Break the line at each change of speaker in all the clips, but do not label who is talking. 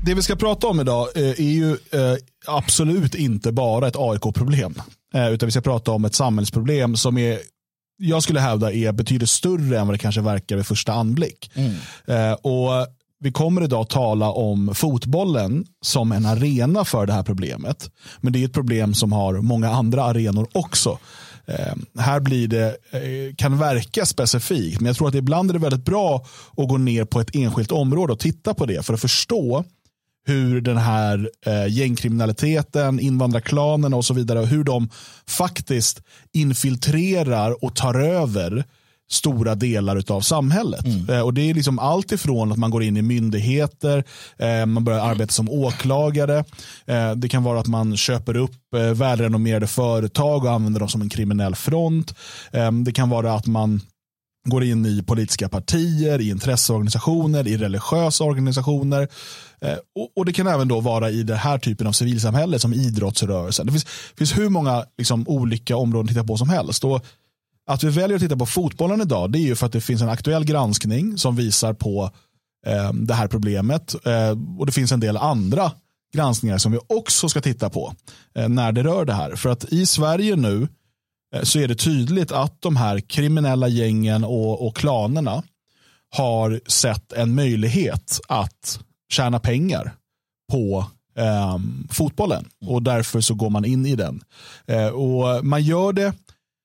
Det vi ska prata om idag är ju absolut inte bara ett AIK-problem. Utan vi ska prata om ett samhällsproblem som är, jag skulle hävda, är betydligt större än vad det kanske verkar vid första anblick. Och vi kommer idag tala om fotbollen som en arena för det här problemet. Men det är ett problem som har många andra arenor också. Här blir det, kan verka specifikt, men jag tror att ibland är det väldigt bra att gå ner på ett enskilt område och titta på det för att förstå hur den här gängkriminaliteten, invandrarklanerna och så vidare, hur de faktiskt infiltrerar och tar över stora delar av samhället. Och det är liksom allt ifrån att man går in i myndigheter, man börjar arbeta som åklagare, det kan vara att man köper upp välrenommerade företag och använder dem som en kriminell front, det kan vara att man går in i politiska partier, i intresseorganisationer, i religiösa organisationer, och det kan även då vara i det här typen av civilsamhälle som idrottsrörelsen. Det finns hur många liksom olika områden att titta på som helst. Och att vi väljer att titta på fotbollen idag, det är ju för att det finns en aktuell granskning som visar på det här problemet. Och det finns en del andra granskningar som vi också ska titta på när det rör det här. För att i Sverige nu så är det tydligt att de här kriminella gängen och klanerna har sett en möjlighet att tjäna pengar på fotbollen. Och därför så går man in i den. Och man gör det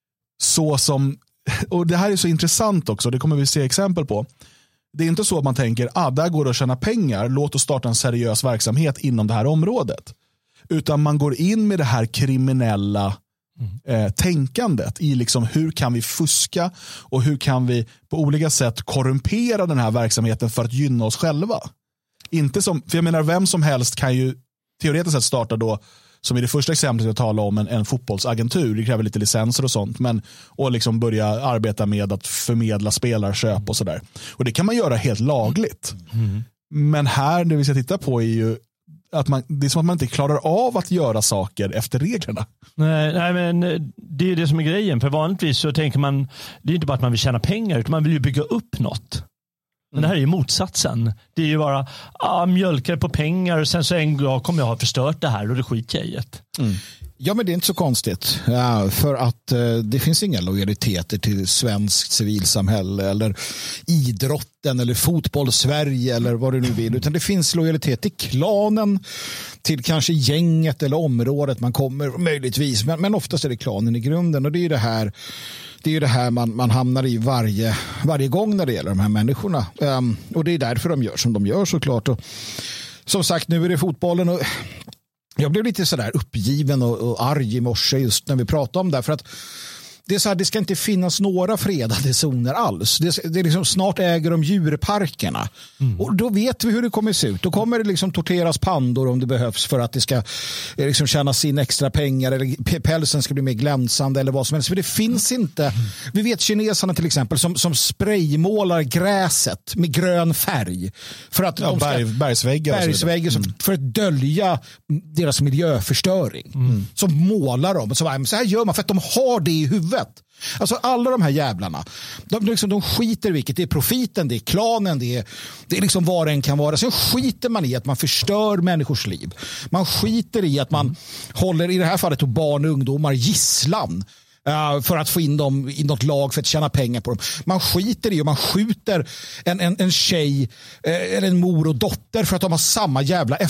så som, och det här är så intressant också, det kommer vi se exempel på. Det är inte så att man tänker, där går det att tjäna pengar, låt oss starta en seriös verksamhet inom det här området. Utan man går in med det här kriminella tänkandet i liksom hur kan vi fuska och hur kan vi på olika sätt korrumpera den här verksamheten för att gynna oss själva. Inte som, för jag menar, vem som helst kan ju teoretiskt sett starta då, som i det första exemplet jag talade om, en fotbollsagentur. Det kräver lite licenser och sånt, men och liksom börja arbeta med att förmedla spelarköp och sådär. Och det kan man göra helt lagligt. Men här, det vi ska titta på är ju att det är som att man inte klarar av att göra saker efter reglerna.
Nej, men det är det som är grejen. För vanligtvis så tänker man, det är inte bara att man vill tjäna pengar, utan man vill ju bygga upp något. Men det här är ju motsatsen. Det är ju bara mjölkar på pengar och sen så en gång kommer jag ha förstört det här och det skiter jag i det.
Ja, men det är inte så konstigt. För att det finns inga lojaliteter till svensk civilsamhälle eller idrotten eller fotboll Sverige eller vad du nu vill. Utan det finns lojalitet till klanen, till kanske gänget eller området man kommer möjligtvis. Men oftast är det klanen i grunden, och det är ju det här. Det är ju det här man hamnar i varje gång när det gäller de här människorna. Och det är därför de gör som de gör, såklart. Och som sagt, nu är det fotbollen, och jag blev lite sådär uppgiven och arg i morse just när vi pratade om det. För att det är så här, det ska inte finnas några fredade zoner alls. Det är liksom, snart äger de djurparkerna. Och då vet vi hur det kommer se ut. Då kommer det liksom torteras pandor om det behövs för att det ska liksom tjänas in extra pengar, eller pälsen ska bli mer glänsande eller vad som helst. För det finns inte. Vi vet kineserna till exempel som spraymålar gräset med grön färg. För att bergsväggar för att dölja deras miljöförstöring. Så målar de. Så här gör man för att de har det i huvudet. Alltså alla de här jävlarna, de skiter vilket, det är profiten, det är klanen, det är liksom vad det än kan vara. Sen skiter man i att man förstör människors liv. Man skiter i att man håller, i det här fallet, barn och ungdomar gisslan för att få in dem i något lag för att tjäna pengar på dem. Man skiter i och man skjuter en tjej eller en mor och dotter för att de har samma jävla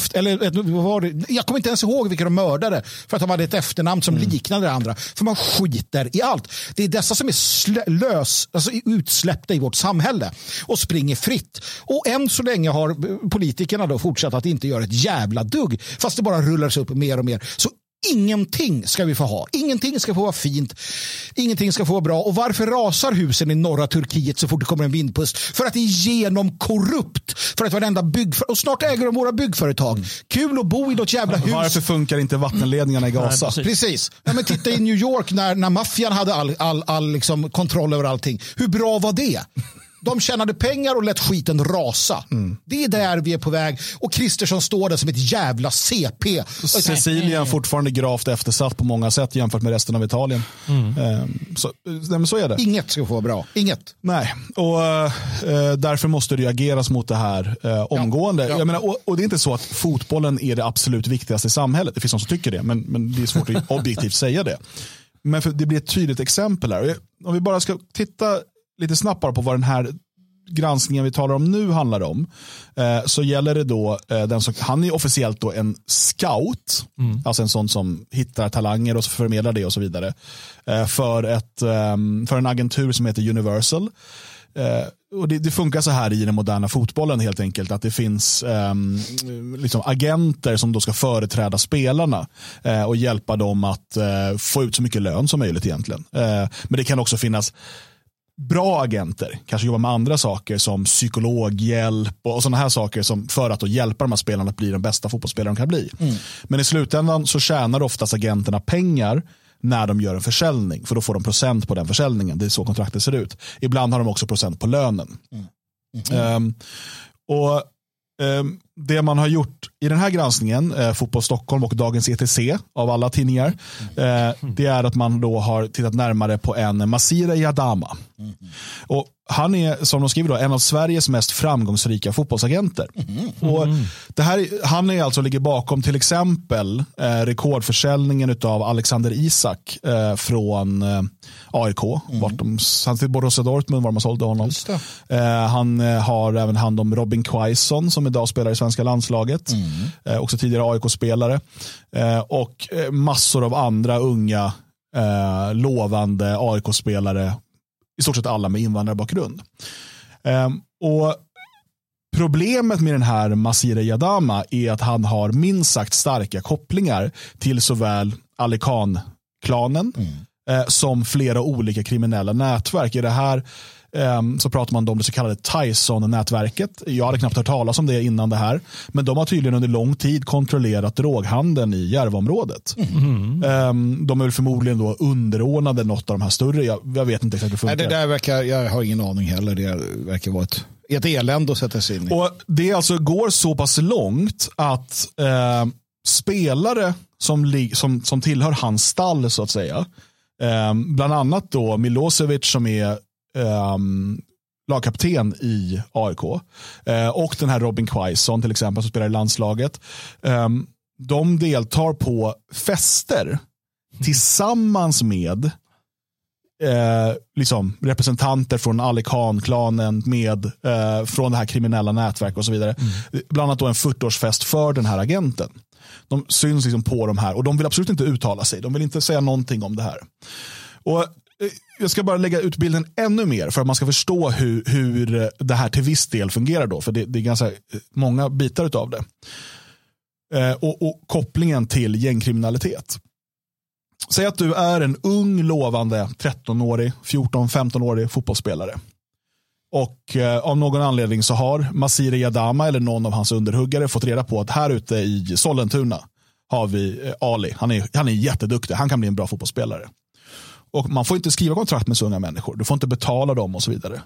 jag kommer inte ens ihåg vilka de mördade, för att de hade ett efternamn som liknade det andra. För man skiter i allt. Det är dessa som är alltså utsläppta i vårt samhälle och springer fritt. Och än så länge har politikerna då fortsatt att inte göra ett jävla dugg, fast det bara rullar sig upp mer och mer. Så ingenting ska vi få ha. Ingenting ska få vara fint. Ingenting ska få vara bra. Och varför rasar husen i norra Turkiet så fort det kommer en vindpust? För att det är genomkorrupt. För att varenda och snart äger de våra byggföretag. Kul att bo i något jävla hus.
Varför funkar inte vattenledningarna i Gaza?
Nej, precis. Ja, men titta i New York när maffian hade all liksom kontroll över allting. Hur bra var det? De tjänade pengar och lät skiten rasa. Det är där vi är på väg. Och Kristersson står där som ett jävla CP.
Sicilien fortfarande gravt eftersatt på många sätt jämfört med resten av Italien. Så är det.
Inget ska få vara bra. Inget.
Nej, och därför måste det ageras mot det här omgående. Jag menar, och det är inte så att fotbollen är det absolut viktigaste i samhället. Det finns någon som tycker det, men det är svårt att objektivt säga det. Men det blir ett tydligt exempel här. Om vi bara ska titta lite snabbt på vad den här granskningen vi talar om nu handlar om, så gäller det då han är officiellt då en scout, alltså en sån som hittar talanger och förmedlar det och så vidare, för en agentur som heter Universal. Och det funkar så här i den moderna fotbollen helt enkelt, att det finns liksom agenter som då ska företräda spelarna och hjälpa dem att få ut så mycket lön som möjligt egentligen. Men det kan också finnas bra agenter, kanske jobba med andra saker som psykologhjälp och sådana här saker som för att då hjälpa de här spelarna att bli den bästa fotbollsspelaren de kan bli. Men i slutändan så tjänar oftast agenterna pengar när de gör en försäljning, för då får de procent på den försäljningen. Det är så kontraktet ser ut. Ibland har de också procent på lönen. Det man har gjort i den här granskningen, Fotboll Stockholm och Dagens ETC av alla tidningar, det är att man då har tittat närmare på en Masira Yadama. Och han är, som de skriver då, en av Sveriges mest framgångsrika fotbollsagenter. Och det här, han är alltså ligger bakom till exempel rekordförsäljningen av Alexander Isak från AIK. Han till Borussia Dortmund var man sålde honom. Han har även hand om Robin Quaison som idag spelar i svenska landslaget. Också tidigare AIK-spelare. Och massor av andra unga lovande AIK-spelare, i stort sett alla med invandrarbakgrund. Och problemet med den här Masira Yadama är att han har minst sagt starka kopplingar till såväl Ali Khan-klanen som flera olika kriminella nätverk. I det här så pratar man om det så kallade Tyson-nätverket. Jag hade knappt hört talas om det innan det här, men de har tydligen under lång tid kontrollerat droghandeln i Järvaområdet. De är väl förmodligen då underordnade något av de här större. Jag vet inte exakt hur det funkar.
Nej, det där verkar, jag har ingen aning heller. Det verkar vara ett elände att sätta sig in i.
Och det alltså går så pass långt att spelare som tillhör hans stall så att säga, bland annat då Milosevic som är lagkapten i AIK och den här Robin Quaison till exempel som spelar i landslaget, de deltar på fester tillsammans med liksom representanter från Ali Khan-klanen med från det här kriminella nätverk och så vidare. Bland annat då en 40-årsfest för den här agenten. De syns liksom på de här och de vill absolut inte uttala sig. De vill inte säga någonting om det här. Och jag ska bara lägga ut bilden ännu mer för att man ska förstå hur det här till viss del fungerar då. För det är ganska många bitar av det. Och kopplingen till gängkriminalitet. Säg att du är en ung, lovande 13-årig, 14-15-årig fotbollsspelare. Och av någon anledning så har Masira Yadama eller någon av hans underhuggare fått reda på att här ute i Sollentuna har vi Ali. Han är jätteduktig. Han kan bli en bra fotbollsspelare. Och man får inte skriva kontrakt med så unga människor. Du får inte betala dem och så vidare.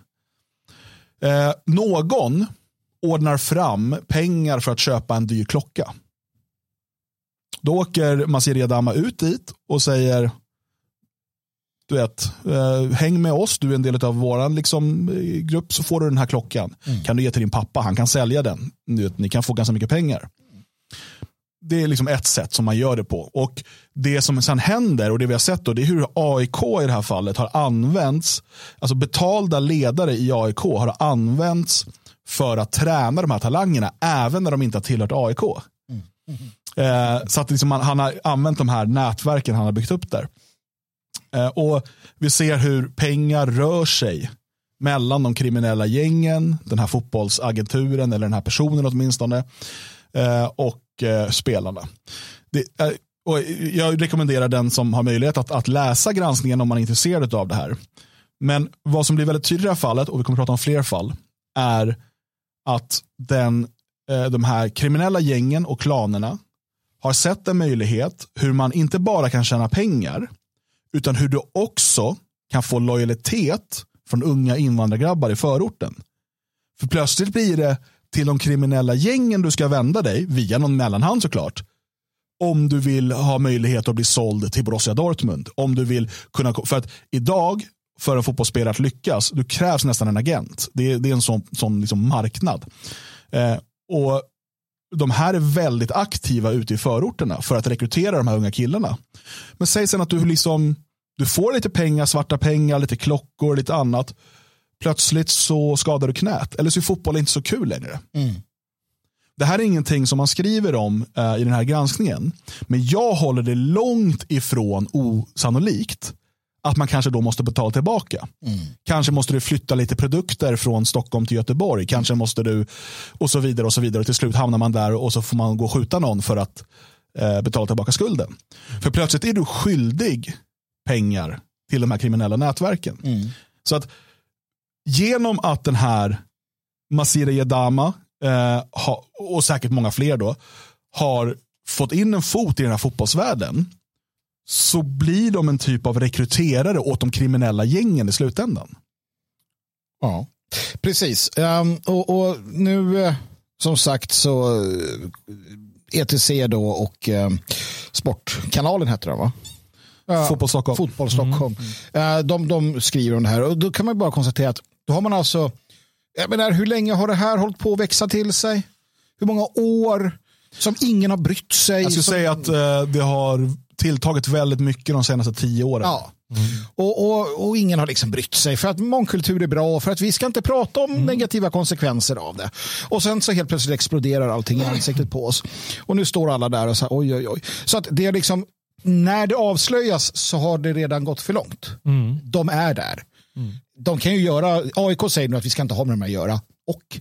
Någon ordnar fram pengar för att köpa en dyr klocka. Då åker Masira Yadama ut dit och säger, du vet, häng med oss, du är en del av våran liksom, grupp, så får du den här klockan. Kan du ge till din pappa, han kan sälja den. Ni kan få ganska mycket pengar. Det är liksom ett sätt som man gör det på. Och det som sen händer, och det vi har sett då, det är hur AIK i det här fallet har använts, alltså betalda ledare i AIK har använts för att träna de här talangerna även när de inte har tillhört AIK. Så att liksom han har använt de här nätverken han har byggt upp där. Och vi ser hur pengar rör sig mellan de kriminella gängen, den här fotbollsagenturen eller den här personen åtminstone, och spelarna. Och jag rekommenderar den som har möjlighet att läsa granskningen om man är intresserad av det här. Men vad som blir väldigt tydligt i det här fallet, och vi kommer att prata om fler fall, är att de här kriminella gängen och klanerna har sett en möjlighet hur man inte bara kan tjäna pengar utan hur du också kan få lojalitet från unga invandrargrabbar i förorten. För plötsligt blir det till de kriminella gängen du ska vända dig, via någon mellanhand såklart, om du vill ha möjlighet att bli såld till Borussia Dortmund. Om du vill kunna, för att idag, för en fotbollsspelare att lyckas, du krävs nästan en agent. Det är en sån liksom marknad. Och de här är väldigt aktiva ute i förorterna för att rekrytera de här unga killarna. Men säg sen att du får lite pengar, svarta pengar, lite klockor, lite annat. Plötsligt så skadar du knät. Eller så är fotboll inte så kul längre. Det här är ingenting som man skriver om i den här granskningen. Men jag håller det långt ifrån osannolikt att man kanske då måste betala tillbaka. Kanske måste du flytta lite produkter från Stockholm till Göteborg. Kanske måste du och så vidare och så vidare. Och till slut hamnar man där och så får man gå och skjuta någon för att betala tillbaka skulden. För plötsligt är du skyldig pengar till de här kriminella nätverken. Så att genom att den här Masira Yedama och säkert många fler då har fått in en fot i den här fotbollsvärlden, så blir de en typ av rekryterare åt de kriminella gängen i slutändan.
Ja, precis. Och nu som sagt så ETC då och Sportkanalen heter det, va?
Fotboll Stockholm. De skriver om det här och då kan man bara konstatera att då har man alltså, jag menar, hur länge har det här hållit på att växa till sig? Hur många år som ingen har brytt sig? Jag skulle säga att det har tilltagit väldigt mycket de senaste 10 åren.
Ja. Och ingen har liksom brytt sig för att mångkultur är bra, för att vi ska inte prata om negativa konsekvenser av det. Och sen så helt plötsligt exploderar allting i ansiktet på oss. Och nu står alla där och säger oj. Så att det är liksom, när det avslöjas så har det redan gått för långt. De är där. De kan ju göra, AIK säger nu att vi ska inte ha med dem att göra. Och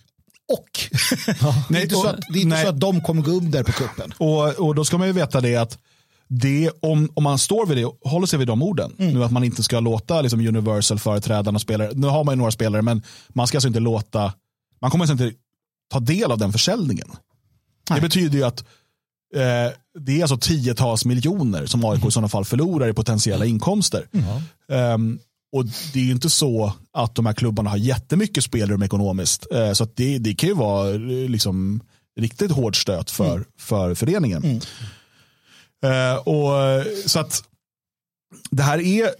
det är inte så att de kommer gå under på kuppen.
Och då ska man ju veta det att om man står vid det, håller sig vid de orden, nu att man inte ska låta liksom Universal-företrädarna spelare, nu har man ju några spelare, men man ska alltså inte låta, man kommer alltså inte ta del av den försäljningen. Nej. Det betyder ju att det är alltså 10-tals miljoner som AIK i sådana fall förlorar i potentiella inkomster. Och det är ju inte så att de här klubbarna har jättemycket spelrum ekonomiskt. Så att det kan ju vara liksom riktigt hård stöt för föreningen. Och så att det här är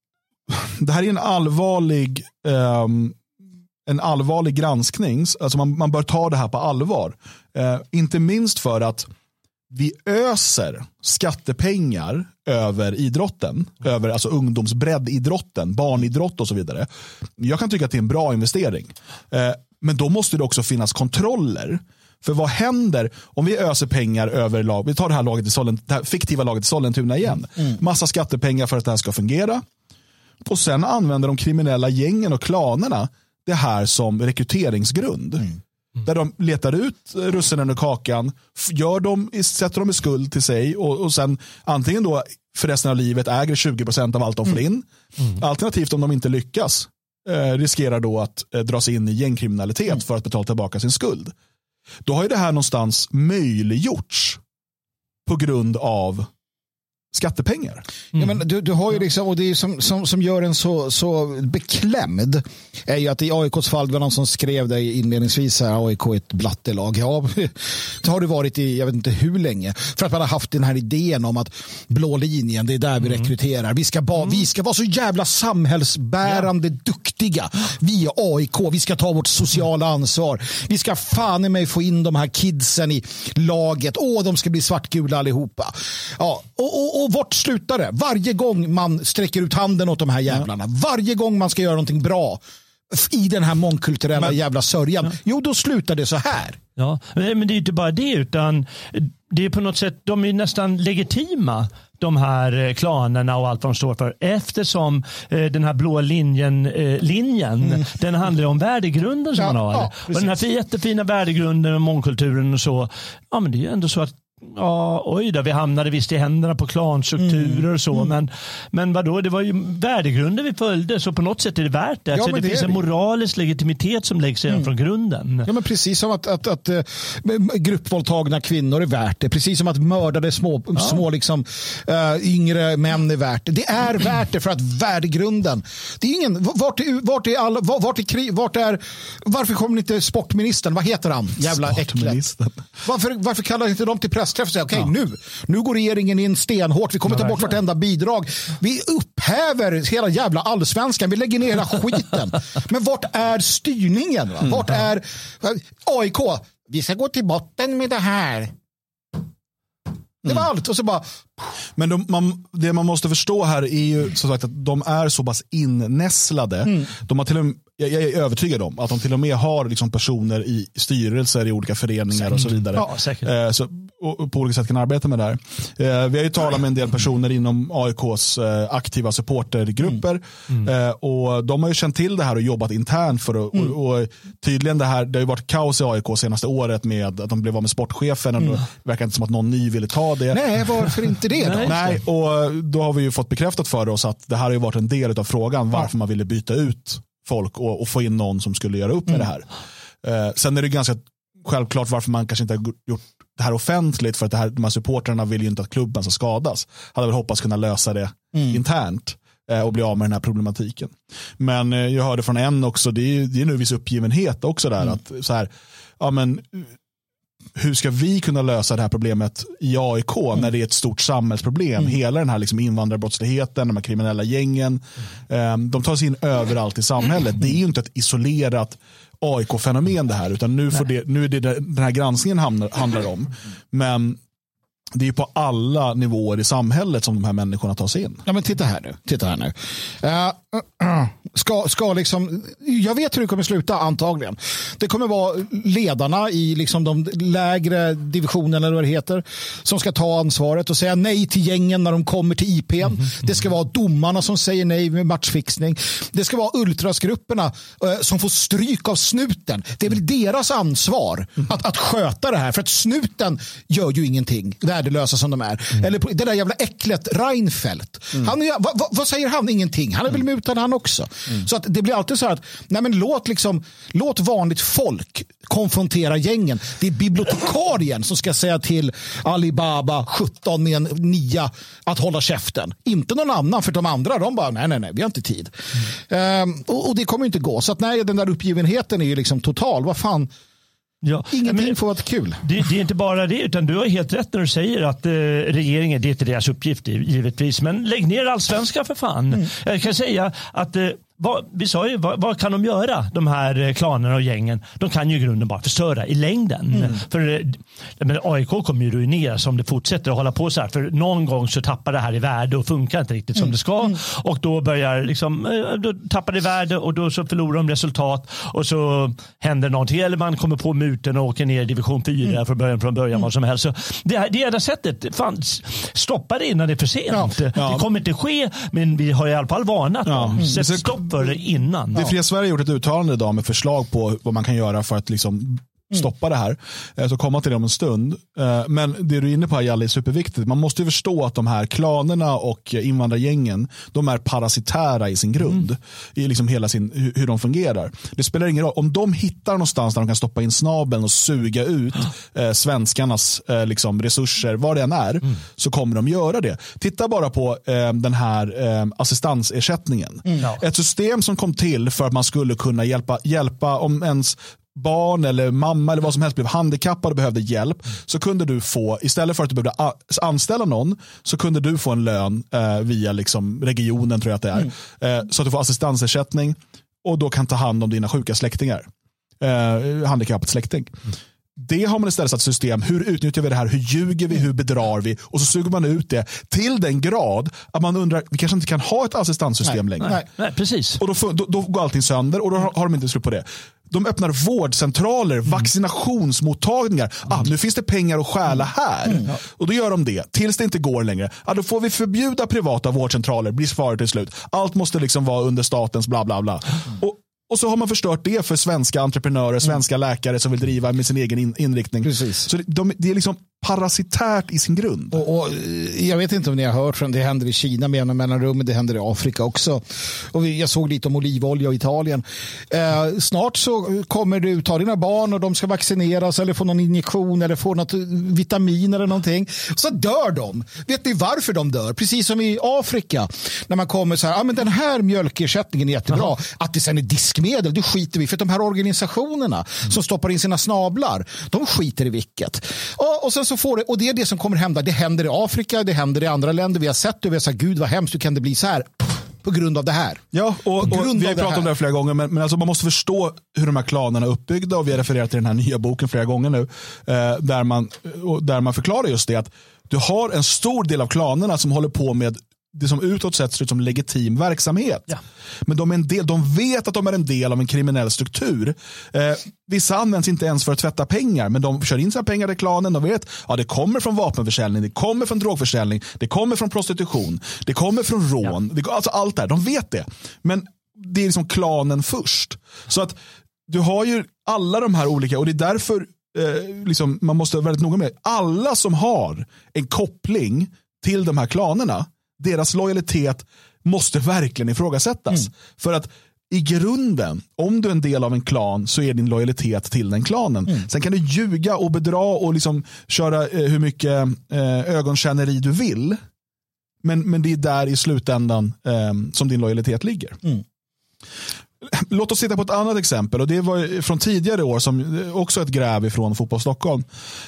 en allvarlig granskning. Alltså man bör ta det här på allvar. Inte minst för att vi öser skattepengar över idrotten, över alltså ungdomsbreddidrotten, barnidrott och så vidare. Jag kan tycka att det är en bra investering. Men då måste det också finnas kontroller. För vad händer om vi öser pengar över lag? Vi tar det här fiktiva laget i Sollentuna igen. Massa skattepengar för att det här ska fungera. Och sen använder de kriminella gängen och klanerna det här som rekryteringsgrund. Där de letar ut russinen ur kakan, sätter dem i skuld till sig och sen antingen då för resten av livet äger 20% av allt de får in. Alternativt om de inte lyckas riskerar då att dras in i gängkriminalitet för att betala tillbaka sin skuld. Då har ju det här någonstans möjliggjorts på grund av skattepengar.
Ja, men du har ju liksom, och det är som gör en så beklämd är ju att i AIKs fall, det var någon som skrev det inledningsvis här, AIK är ett blattelag. Ja, det har det varit i jag vet inte hur länge, för att man har haft den här idén om att blå linjen, det är där vi rekryterar. Vi ska vara så jävla samhällsbärande duktiga. Vi är AIK, vi ska ta vårt sociala ansvar. Vi ska fan i mig få in de här kidsen i laget. De ska bli svartgula allihopa. Ja, och vart slutar det? Varje gång man sträcker ut handen åt de här jävlarna, varje gång man ska göra någonting bra i den här mångkulturella jävla sörjan, då slutar det så här. Ja,
men det är inte bara det, utan det är på något sätt, de är nästan legitima, de här klanerna och allt vad de står för, eftersom den här blå linjen den handlar om värdegrunden som man har. Ja, och den här jättefina värdegrunden och mångkulturen och så, men det är ju ändå så att oj då, vi hamnade visst i händerna på klanstrukturer och så, men vadå, det var ju värdegrunden vi följde, så på något sätt är det värt det. Alltså, det finns en moralisk legitimitet som läggs redan från grunden.
Ja, men precis som att gruppvåldtagna kvinnor är värt det, precis som att mördade små liksom, yngre män är värt det. Det är värt det för att värdegrunden, det är ingen, varför kommer inte sportministern, vad heter han? Jävla äcklet. Varför kallar inte de till pressträff och säger okej, nu går regeringen in stenhårt, vi kommer ta bort vartenda bidrag, vi upphäver hela jävla allsvenskan, vi lägger ner hela skiten. Men vart är styrningen? Va? Vart är AIK? Vi ska gå till botten med det här. Det var allt, och så bara...
Men det man måste förstå här är ju som sagt att de är så pass innässlade. De har till och med, jag är övertygad om att de till och med har liksom personer i styrelser i olika föreningar och så vidare.
Ja,
och på olika sätt kan arbeta med det här. Vi har ju talat med en del personer inom AIKs aktiva supportergrupper och de har ju känt till det här och jobbat internt för att, och tydligen det har ju varit kaos i AIK senaste året med att de blev av med sportchefen och det verkar inte som att någon ny ville ta det.
Nej, varför inte det då?
Nej, och då har vi ju fått bekräftat för oss att det här har ju varit en del av frågan varför man ville byta ut folk och få in någon som skulle göra upp med det här. Sen är det ganska självklart varför man kanske inte har gjort det här offentligt, för att de här supporterna vill ju inte att klubben ska skadas. Hade väl hoppats kunna lösa det internt och bli av med den här problematiken. Men jag hörde från en också, det är nu viss uppgivenhet också där, att så här, ja men hur ska vi kunna lösa det här problemet i AIK när det är ett stort samhällsproblem? Hela den här liksom invandrarbrottsligheten, de här kriminella gängen, de tar sig in överallt i samhället. Det är ju inte ett isolerat AIK-fenomen det här, utan nu är det den här granskningen handlar om. Men det är ju på alla nivåer i samhället som de här människorna tar sig in.
Ja, men titta här nu. Ska liksom, jag vet hur det kommer sluta antagligen. Det kommer vara ledarna i liksom de lägre divisionerna eller vad det heter som ska ta ansvaret och säga nej till gängen när de kommer till IPn. Det ska vara domarna som säger nej med matchfixning. Det ska vara ultrasgrupperna som får stryk av snuten. Det är väl deras ansvar att sköta det här, för att snuten gör ju ingenting. Värdelösa som de är. Eller det där jävla äcklet Reinfeldt. Vad säger han? Ingenting. Han är väl mutad han också. Så att det blir alltid så här att nej, men låt vanligt folk konfrontera gängen. Det är bibliotekarien som ska säga till Alibaba 17 med en 9 att hålla käften. Inte någon annan, för de andra de bara nej, vi har inte tid. Och det kommer inte gå. Så att nej, den där uppgivenheten är ju liksom total. Vad fan?
Ja,
ingenting får vara kul.
Det är inte bara det, utan du har helt rätt när du säger att regeringen, det är inte deras uppgift givetvis, men lägg ner allsvenskan för fan. Jag kan säga att vi sa ju, vad kan de göra, de här klanerna och gängen? De kan ju i grunden bara förstöra i längden. För AIK kommer ju ruineras om det fortsätter att hålla på så här. För någon gång så tappar det här i värde och funkar inte riktigt som det ska. Och då börjar då tappar det i värde och då så förlorar de resultat och så händer någonting. Eller man kommer på muten och åker ner i division 4 från början vad som helst. Så det enda sättet, fan, stoppa det innan det är för sent. Det kommer inte ske, men vi har i alla fall varnat dem. Sätt stopp för det innan.
Det Fria Sverige har gjort ett uttalande idag med förslag på vad man kan göra för att liksom stoppa det här. Så komma till det om en stund. Men det du är inne på här, Jalle, är superviktigt. Man måste ju förstå att de här klanerna och invandrargängen, de är parasitära i sin grund. I liksom hela hur de fungerar. Det spelar ingen roll. Om de hittar någonstans där de kan stoppa in snabeln och suga ut svenskarnas liksom, resurser, vad det än är, så kommer de göra det. Titta bara på den här assistansersättningen. Ett system som kom till för att man skulle kunna hjälpa om ens barn eller mamma eller vad som helst blev handikappad och behövde hjälp, så kunde du få, istället för att du behövde anställa någon, så kunde du få en lön via liksom regionen, tror jag att det är, så att du får assistansersättning och då kan ta hand om dina sjuka släktingar, handikappat släkting. Det har man istället satt system. Hur utnyttjar vi det här? Hur ljuger vi? Hur bedrar vi? Och så suger man ut det till den grad att man undrar, vi kanske inte kan ha ett assistanssystem längre.
Nej, precis.
Och då går allting sönder och då har de inte slut på det. De öppnar vårdcentraler, vaccinationsmottagningar. Nu finns det pengar att stjäla här. Och då gör de det. Tills det inte går längre. Då får vi förbjuda privata vårdcentraler, blir svaret till slut. Allt måste liksom vara under statens bla bla bla. Och så har man förstört det för svenska entreprenörer, svenska läkare som vill driva med sin egen inriktning.
Precis.
Så det är liksom parasitärt i sin grund.
Och jag vet inte om ni har hört från det händer i Kina med jämna mellanrum, men det händer i Afrika också. Och jag såg lite om olivolja i Italien. Snart så kommer du ta dina barn och de ska vaccineras eller få någon injektion eller få något vitamin eller någonting. Så dör de. Vet ni varför de dör? Precis som i Afrika. När man kommer så här, men den här mjölkersättningen är jättebra. Att det sen är diskmedel, det skiter vi. För de här organisationerna som stoppar in sina snablar, de skiter i vilket. Och sen så får det, och det är det som kommer hända. Det händer i Afrika, det händer i andra länder. Vi har sett det, vi har sagt, gud vad hemskt, hur kan det bli så här? På grund av det här.
Ja, och vi har pratat om det här flera gånger, men alltså man måste förstå hur de här klanerna är uppbyggda, och vi har refererat till den här nya boken flera gånger nu, där man förklarar just det, att du har en stor del av klanerna som håller på med det som utåt sett ser ut som legitim verksamhet. Ja. Men de vet att de är en del av en kriminell struktur. Vissa används inte ens för att tvätta pengar, men de kör in sina pengar i klanen. De vet att det kommer från vapenförsäljning, det kommer från drogförsäljning, det kommer från prostitution, det kommer från rån, alltså allt det här. De vet det. Men det är liksom klanen först. Så att du har ju alla de här olika, och det är därför liksom, man måste vara väldigt noga med alla som har en koppling till de här klanerna. Deras lojalitet måste verkligen ifrågasättas. För att i grunden, om du är en del av en klan, så är din lojalitet till den klanen. Sen kan du ljuga och bedra och liksom köra hur mycket ögonkänneri du vill. Men det är där i slutändan som din lojalitet ligger. Låt oss titta på ett annat exempel, och det var från tidigare år, som också ett gräv ifrån Fotboll Stockholm.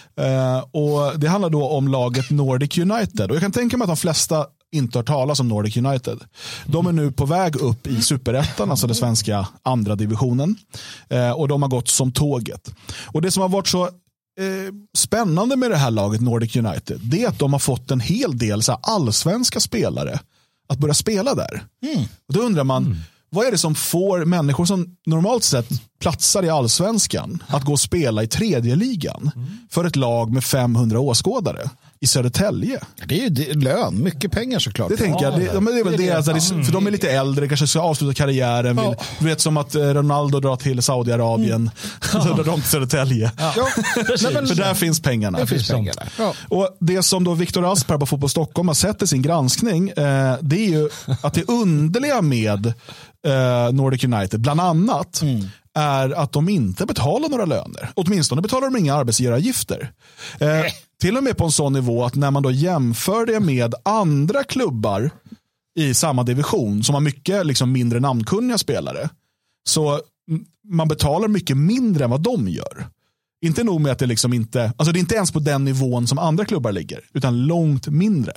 Och det handlar då om laget Nordic United, och jag kan tänka mig att de flesta inte har talas om Nordic United. De är nu på väg upp i Superettan, alltså den svenska andra divisionen, och de har gått som tåget. Och det som har varit så spännande med det här laget Nordic United, det är att de har fått en hel del så här allsvenska spelare att börja spela där. Och då undrar man, vad är det som får människor som normalt sett platsar i allsvenskan att gå och spela i tredje ligan för ett lag med 500 åskådare i Södertälje?
Det är ju lön, mycket pengar såklart.
Det tänker jag. Det är väl det, alltså, för de är lite äldre, kanske ska avsluta karriären. Du vet, som att Ronaldo drar till Saudiarabien, så drar de till Södertälje. För där finns pengarna. Och det som då Viktor Asp på Fotboll Stockholm har sett i sin granskning, det är ju att det underliga med Nordic United bland annat är att de inte betalar några löner. Åtminstone betalar de inga arbetsgivaravgifter. Till och med på en sån nivå att när man då jämför det med andra klubbar i samma division som har mycket liksom mindre namnkunniga spelare, så man betalar mycket mindre än vad de gör. Inte nog med att det liksom inte, alltså det är inte ens på den nivån som andra klubbar ligger, utan långt mindre.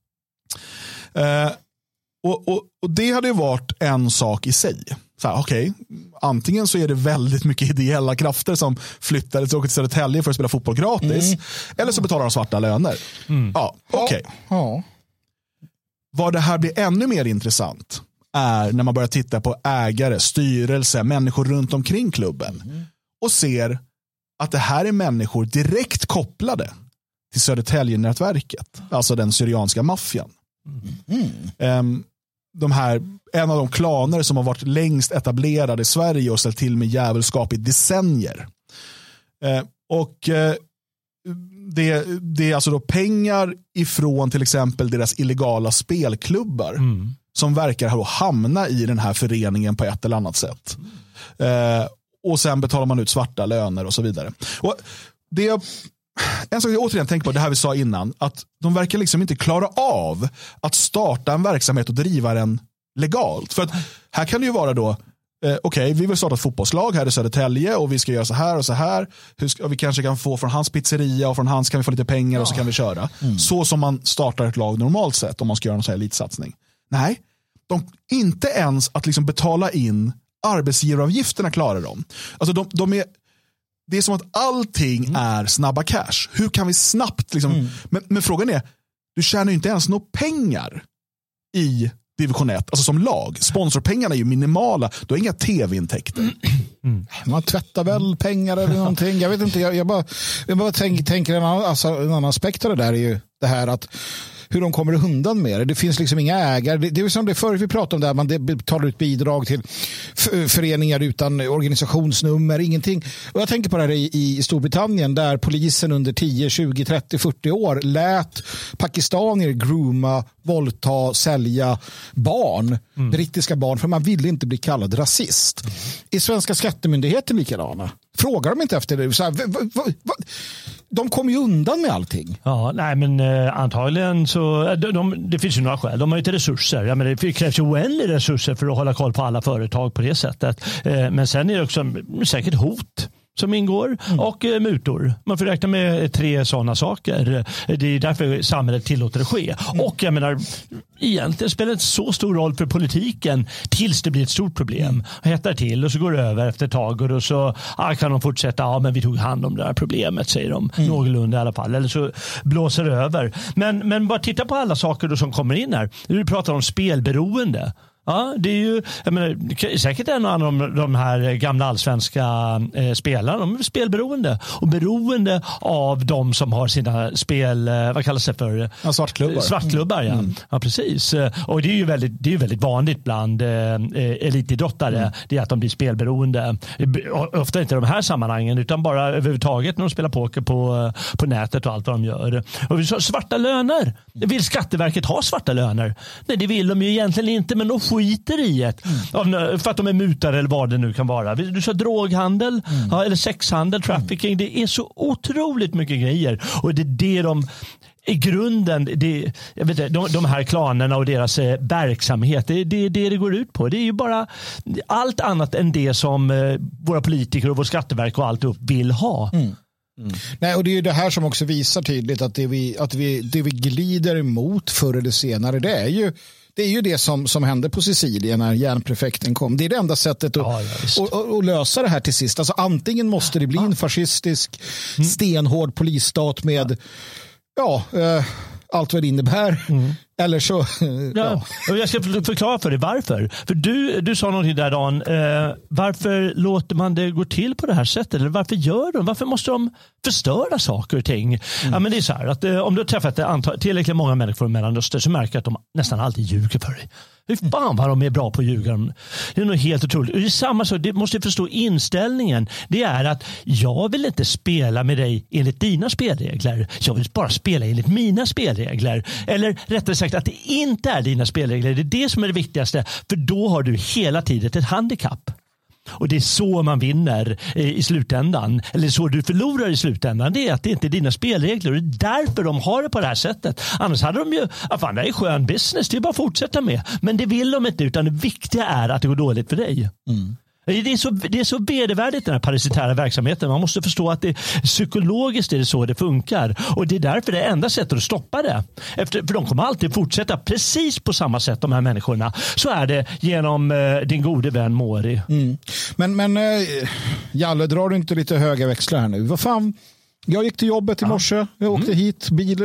Och det hade ju varit en sak i sig. Okej, antingen så är det väldigt mycket ideella krafter som flyttar till Södertälje för att spela fotboll gratis, eller så betalar de svarta löner. Ja, okej. Vad det här blir ännu mer intressant är när man börjar titta på ägare, styrelse, människor runt omkring klubben och ser att det här är människor direkt kopplade till Södertälje-nätverket, alltså den syrianska maffian. En av de klaner som har varit längst etablerade i Sverige och ställt till med djävulskap i decennier. Det är alltså då pengar ifrån till exempel deras illegala spelklubbar som verkar hamna i den här föreningen på ett eller annat sätt. Och sen betalar man ut svarta löner och så vidare. Och det en sak jag återigen tänker på, det här vi sa innan, att de verkar liksom inte klara av att starta en verksamhet och driva den legalt. För att här kan det ju vara då, okej, vi vill starta ett fotbollslag här i Södertälje och vi ska göra så här och så här. Vi kanske kan få från hans pizzeria och från hans kan vi få lite pengar och så kan vi köra. Så som man startar ett lag normalt sett om man ska göra en sån här elitsatsning. Nej, inte ens att liksom betala in arbetsgivaravgifterna klarar de. Alltså det är som att allting är snabba cash. Hur kan vi snabbt liksom, men frågan är, du tjänar ju inte ens några pengar i division 1, alltså som lag. Sponsorpengarna är ju minimala. Du har inga tv-intäkter.
Man tvättar väl pengar eller någonting. Jag vet inte, jag bara tänker en annan aspekt av det där är ju det här att hur de kommer undan med det. Det finns liksom inga ägare. Det är som det förut vi pratade om, där man betalar ut bidrag till föreningar utan organisationsnummer, ingenting. Och jag tänker på det här i Storbritannien, där polisen under 10, 20, 30, 40 år lät pakistanier grooma, våldta, sälja barn, brittiska barn, för man ville inte bli kallad rasist. I svenska skattemyndigheten likadana. Frågar de inte efter det? Så här, de kommer ju undan med allting.
Ja, nej, men antagligen så det finns ju några skäl. De har ju inte resurser. Jag menar, det krävs ju oändliga resurser för att hålla koll på alla företag på det sättet. Men sen är det också säkert hot som ingår och mutor. Man får räkna med 3 sådana saker. Det är därför samhället tillåter det ske. Och jag menar, egentligen spelar det inte så stor roll för politiken tills det blir ett stort problem. Hettar till och så går det över efter ett tag och då så kan de fortsätta. Ja, men vi tog hand om det här problemet, säger de. Någorlunda i alla fall. Eller så blåser det över. Men bara titta på alla saker då som kommer in här. Du pratar om spelberoende. Ja, det är ju, jag menar, säkert en av de här gamla allsvenska spelarna, de är spelberoende och beroende av de som har sina spel, vad kallas det för?
Ja,
svartklubbar, ja. Ja, precis. Och det är ju väldigt vanligt bland elitidrottare, det är att de blir spelberoende. Ofta inte i de här sammanhangen, utan bara överhuvudtaget när de spelar poker på nätet och allt vad de gör. Och vi sa svarta löner. Vill Skatteverket ha svarta löner? Nej, det vill de ju egentligen inte, men de skiter i det. För att de är mutare eller vad det nu kan vara. Du sa droghandel eller sexhandel, trafficking. Det är så otroligt mycket grejer. Och det är det de i grunden, jag vet inte, de här klanerna och deras verksamhet, det är det går ut på. Det är ju bara allt annat än det som våra politiker och vår Skatteverk och allt upp vill ha.
Nej, och det är ju det här som också visar tydligt att det vi glider emot förr eller senare, det är ju det som hände på Sicilien när järnprefekten kom. Det är det enda sättet att lösa det här till sist. Alltså, antingen måste det bli en fascistisk stenhård polisstat med allt vad det innebär. Eller så...
Och jag ska förklara för dig varför. För du sa någonting där, Dan. Varför låter man det gå till på det här sättet? Eller varför gör de? Varför måste de förstöra saker och ting? Ja, men det är så här att om du har träffat tillräckligt många människor i Mellanöstern så märker att de nästan alltid ljuger för dig. Hur fan vad de är bra på att ljuga. Det är nog helt otroligt. Och det är samma sak, det måste förstå inställningen. Det är att jag vill inte spela med dig enligt dina spelregler. Jag vill bara spela enligt mina spelregler. Eller rättare sagt att det inte är dina spelregler. Det är det som är det viktigaste. För då har du hela tiden ett handikapp. Och det är så man vinner i slutändan. Eller så du förlorar i slutändan. Det är att det inte är dina spelregler. Och det är därför de har det på det här sättet. Annars hade de ju, fan, det är skön business. Det är bara att fortsätta med. Men det vill de inte, utan det viktiga är att det går dåligt för dig. Det är så vedervärdigt, den här parasitära verksamheten. Man måste förstå att det psykologiskt är det så det funkar. Och det är därför det enda sättet att stoppa det. För de kommer alltid fortsätta precis på samma sätt, de här människorna. Så är det genom din gode vän Mori.
Men Jalle, drar du inte lite höga växlar här nu? Vad fan? Jag gick till jobbet i morse, jag åkte hit,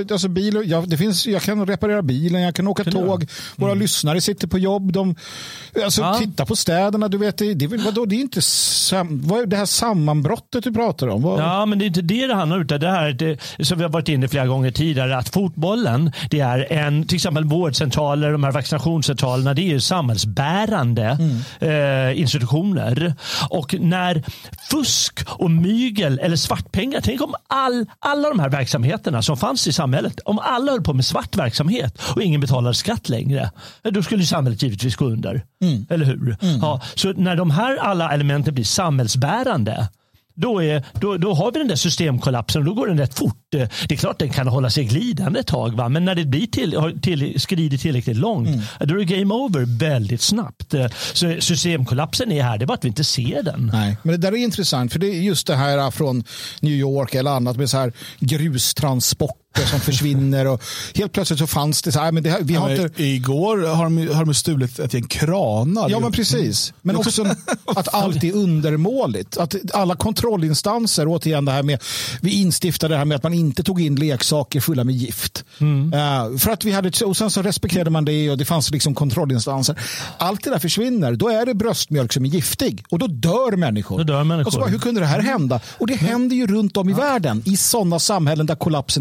jag kan reparera bilen, jag kan åka tåg, våra lyssnare sitter på jobb, titta på städerna, du vet, det är inte vad är det här sammanbrottet du pratar om?
Ja, men det är inte det handlar om, det här som vi har varit inne flera gånger tidigare, att fotbollen, det är till exempel vårdcentraler, de här vaccinationscentralerna, det är ju samhällsbärande institutioner, och när fusk och mygel eller svartpengar, tänk om alla de här verksamheterna som fanns i samhället, om alla höll på med svart verksamhet och ingen betalar skatt längre, då skulle samhället givetvis gå under. Eller hur? Ja, så när de här alla elementen blir samhällsbärande, då har vi den där systemkollapsen och då går den rätt fort. Det är klart den kan hålla sig glidande ett tag, va? Men när det blir skrider tillräckligt långt, då är det game over väldigt snabbt. Så systemkollapsen är här, det är bara att vi inte ser den.
Nej, men det där är intressant, för det är just det här från New York eller annat med så här grustransport som försvinner, och helt plötsligt så fanns det så här, men det här, vi har inte...
Igår har de stulit ett gäng kranar.
Ja, men precis. Men också att allt är undermåligt. Att alla kontrollinstanser, återigen det här med, vi instiftade det här med att man inte tog in leksaker fulla med gift. För att vi hade, och sen så respekterade man det, och det fanns liksom kontrollinstanser. Allt det där försvinner. Då är det bröstmjölk som är giftig, och då dör människor. Och så bara, hur kunde det här hända? Och det händer ju runt om i världen, i sådana samhällen där kollapsen är ett faktum.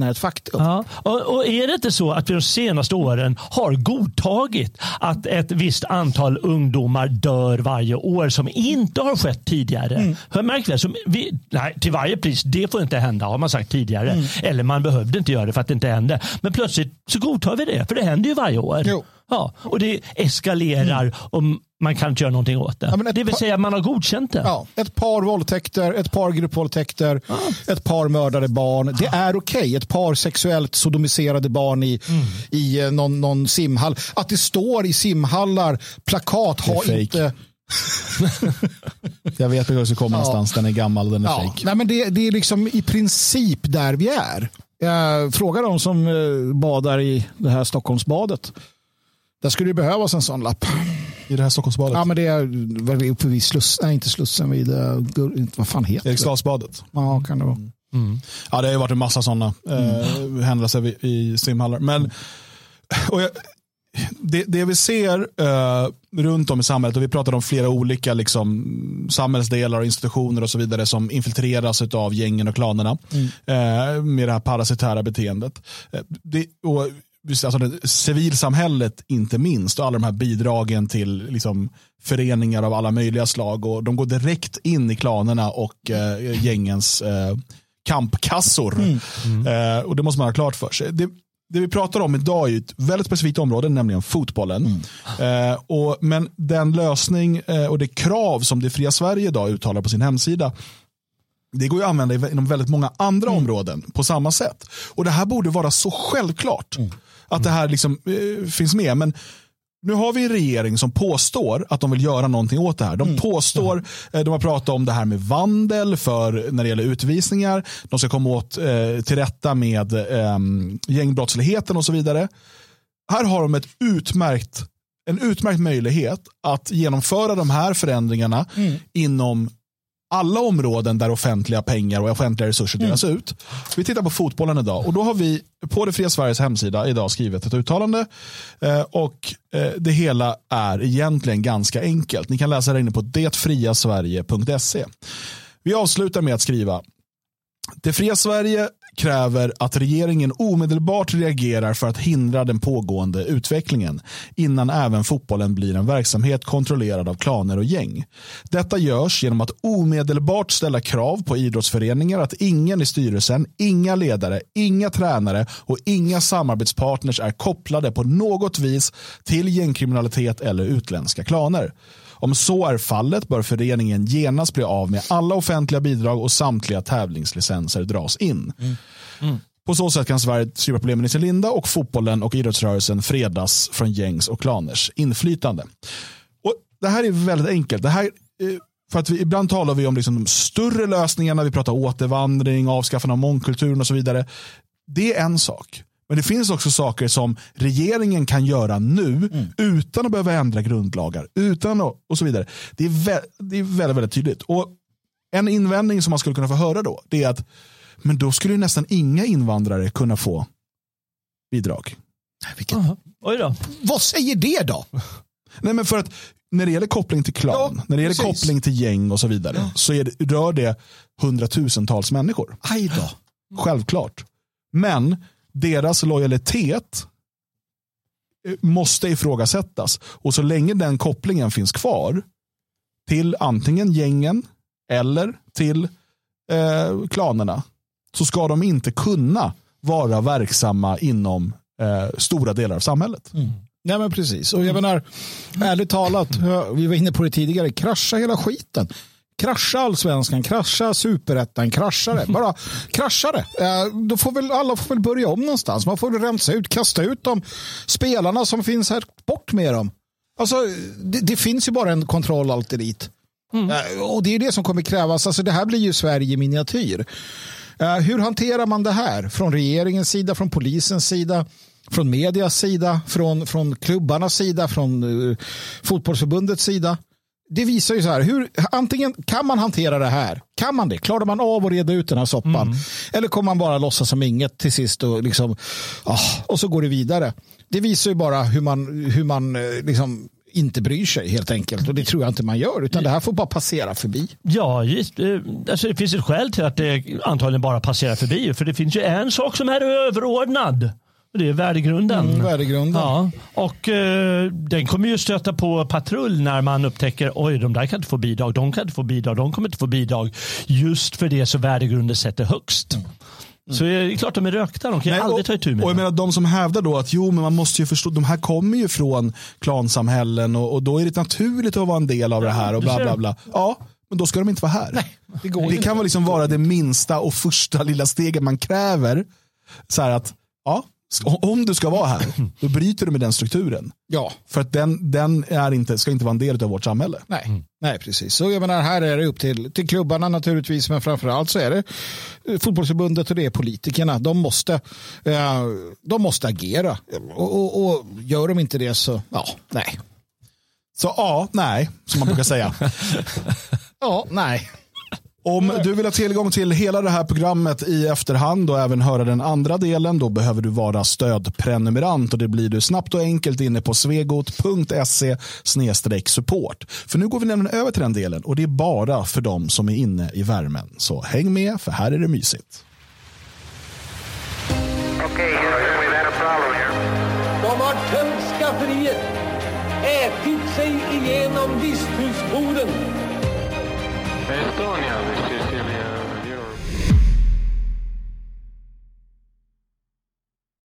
lagt upp.
Ja. Och är det inte så att vi de senaste åren har godtagit att ett visst antal ungdomar dör varje år som inte har skett tidigare? Märk väl, nej, till varje pris, det får inte hända, har man sagt tidigare. Eller man behövde inte göra det för att det inte hände. Men plötsligt så godtar vi det, för det händer ju varje år.
Jo.
Ja, och det eskalerar om man kan inte göra någonting åt det.
Ja,
det vill säga att man har godkänt det.
Ja, ett par våldtäkter, ett par gruppvåldtäkter, ett par mördade barn. Det är okej. Ett par sexuellt sodomiserade barn i någon simhall. Att det står i simhallar, plakat har inte...
Jag vet hur det ska komma någonstans. Den är gammal, den är fake.
Nej, men det är liksom i princip där vi är. Jag frågar de som badar i det här Stockholmsbadet. Där skulle det behövas en sån lapp.
I det här Stockholmsbadet?
Ja, men det är uppe vid Slussen. Nej, inte Slussen. Vad fan heter det?
Eriksdalsbadet.
Ja, kan det vara.
Ja, det har ju varit en massa sådana händelser i simhallar. Men det vi ser runt om i samhället, och vi pratar om flera olika liksom, samhällsdelar och institutioner och så vidare som infiltreras av gängen och klanerna med det här parasitära beteendet. Alltså civilsamhället inte minst, och alla de här bidragen till liksom, föreningar av alla möjliga slag, och de går direkt in i klanerna och gängens kampkassor. Och det måste man ha klart för sig. Det vi pratar om idag är ett väldigt specifikt område, nämligen fotbollen. Men den lösning och det krav som Det Fria Sverige idag uttalar på sin hemsida, det går ju att använda inom väldigt många andra områden på samma sätt. Och det här borde vara så självklart att det här liksom, finns med. Men nu har vi en regering som påstår att de vill göra någonting åt det här. De påstår, de har pratat om det här med vandel för när det gäller utvisningar. De ska komma åt till rätta med gängbrottsligheten och så vidare. Här har de en utmärkt möjlighet att genomföra de här förändringarna inom alla områden där offentliga pengar och offentliga resurser delas ut. Vi tittar på fotbollen idag, och då har vi på Det Fria Sveriges hemsida idag skrivit ett uttalande och det hela är egentligen ganska enkelt. Ni kan läsa det inne på detfriasverige.se. Vi avslutar med att skriva: Det Fria Sverige kräver att regeringen omedelbart reagerar för att hindra den pågående utvecklingen innan även fotbollen blir en verksamhet kontrollerad av klaner och gäng. Detta görs genom att omedelbart ställa krav på idrottsföreningar att ingen i styrelsen, inga ledare, inga tränare och inga samarbetspartners är kopplade på något vis till gängkriminalitet eller utländska klaner. Om så är fallet bör föreningen genast bli av med alla offentliga bidrag och samtliga tävlingslicenser dras in. På så sätt kan Sverige strypa problemen i sin linda och fotbollen och idrottsrörelsen fredas från gängs och klaners inflytande. Och det här är väldigt enkelt. Det här, för att ibland talar vi om liksom de större lösningarna. Vi pratar återvandring, avskaffande av mångkulturen och så vidare. Det är en sak. Men det finns också saker som regeringen kan göra nu utan att behöva ändra grundlagar, och så vidare. Det är väldigt, väldigt tydligt. Och en invändning som man skulle kunna få höra då, det är att men då skulle nästan inga invandrare kunna få bidrag.
Oj då.
Vad säger det då?
Nej, men för att när det gäller koppling till klan, när det gäller koppling till gäng och så vidare, så rör det hundratusentals människor.
Aj då.
Självklart. Men deras lojalitet måste ifrågasättas. Och så länge den kopplingen finns kvar till antingen gängen eller till klanerna, så ska de inte kunna vara verksamma inom stora delar av samhället.
Nej, men precis. Och jag menar, ärligt talat, vi var inne på det tidigare, krascha hela skiten. Krascha allsvenskan, krascha superettan, krascha det. Bara krascha det. Då får väl alla börja om någonstans. Man får väl rensa ut, kasta ut de spelarna som finns här, bort med dem. Alltså, det finns ju bara en kontroll alltid dit. Och det är det som kommer krävas. Alltså, det här blir ju Sverige i miniatyr. Hur hanterar man det här? Från regeringens sida, från polisens sida, från medias sida, från klubbarnas sida, från fotbollsförbundets sida? Det visar ju så här, antingen kan man hantera det här, kan man det? Klarar man av att reda ut den här soppan? Eller kommer man bara låtsas som inget till sist och liksom, och så går det vidare. Det visar ju bara hur man liksom inte bryr sig helt enkelt. Och det tror jag inte man gör, utan det här får bara passera förbi.
Ja, alltså det finns ett skäl till att det antagligen bara passerar förbi. För det finns ju en sak som är överordnad. Det är värdegrunden.
Värdegrunden.
Ja, och den kommer ju stöta på patrull när man upptäcker oj, de där kan inte få bidrag, de kan inte få bidrag, de kommer inte få bidrag. Just för det så värdegrunden sätter högst. Så det är klart de är rökta, de kan ju aldrig ta itu med.
Och jag menar de som hävdar då att men man måste ju förstå, de här kommer ju från klansamhällen och då är det naturligt att vara en del av det här och bla bla bla. Ja, men då ska de inte vara här.
Nej,
det kan väl liksom vara det minsta och första lilla steget man kräver. Så här att, om du ska vara här, då bryter du med den strukturen.
Ja.
För att den ska inte vara en del av vårt samhälle.
Nej, precis. Så jag menar, här är det upp till klubbarna naturligtvis, men framförallt så är det fotbollsförbundet och det är politikerna. De måste agera. Och gör de inte det så, nej.
Så nej, som man brukar säga.
Nej.
Om du vill ha tillgång till hela det här programmet i efterhand och även höra den andra delen, då behöver du vara stödprenumerant och det blir du snabbt och enkelt inne på svegot.se/support. För nu går vi nämligen över till den delen och det är bara för dem som är inne i värmen. Så häng med, för här är det mysigt.
Okej, we've had a problem here.
De har tömt skafferiet, ätit sig igenom visthusborden.
Estonia, this is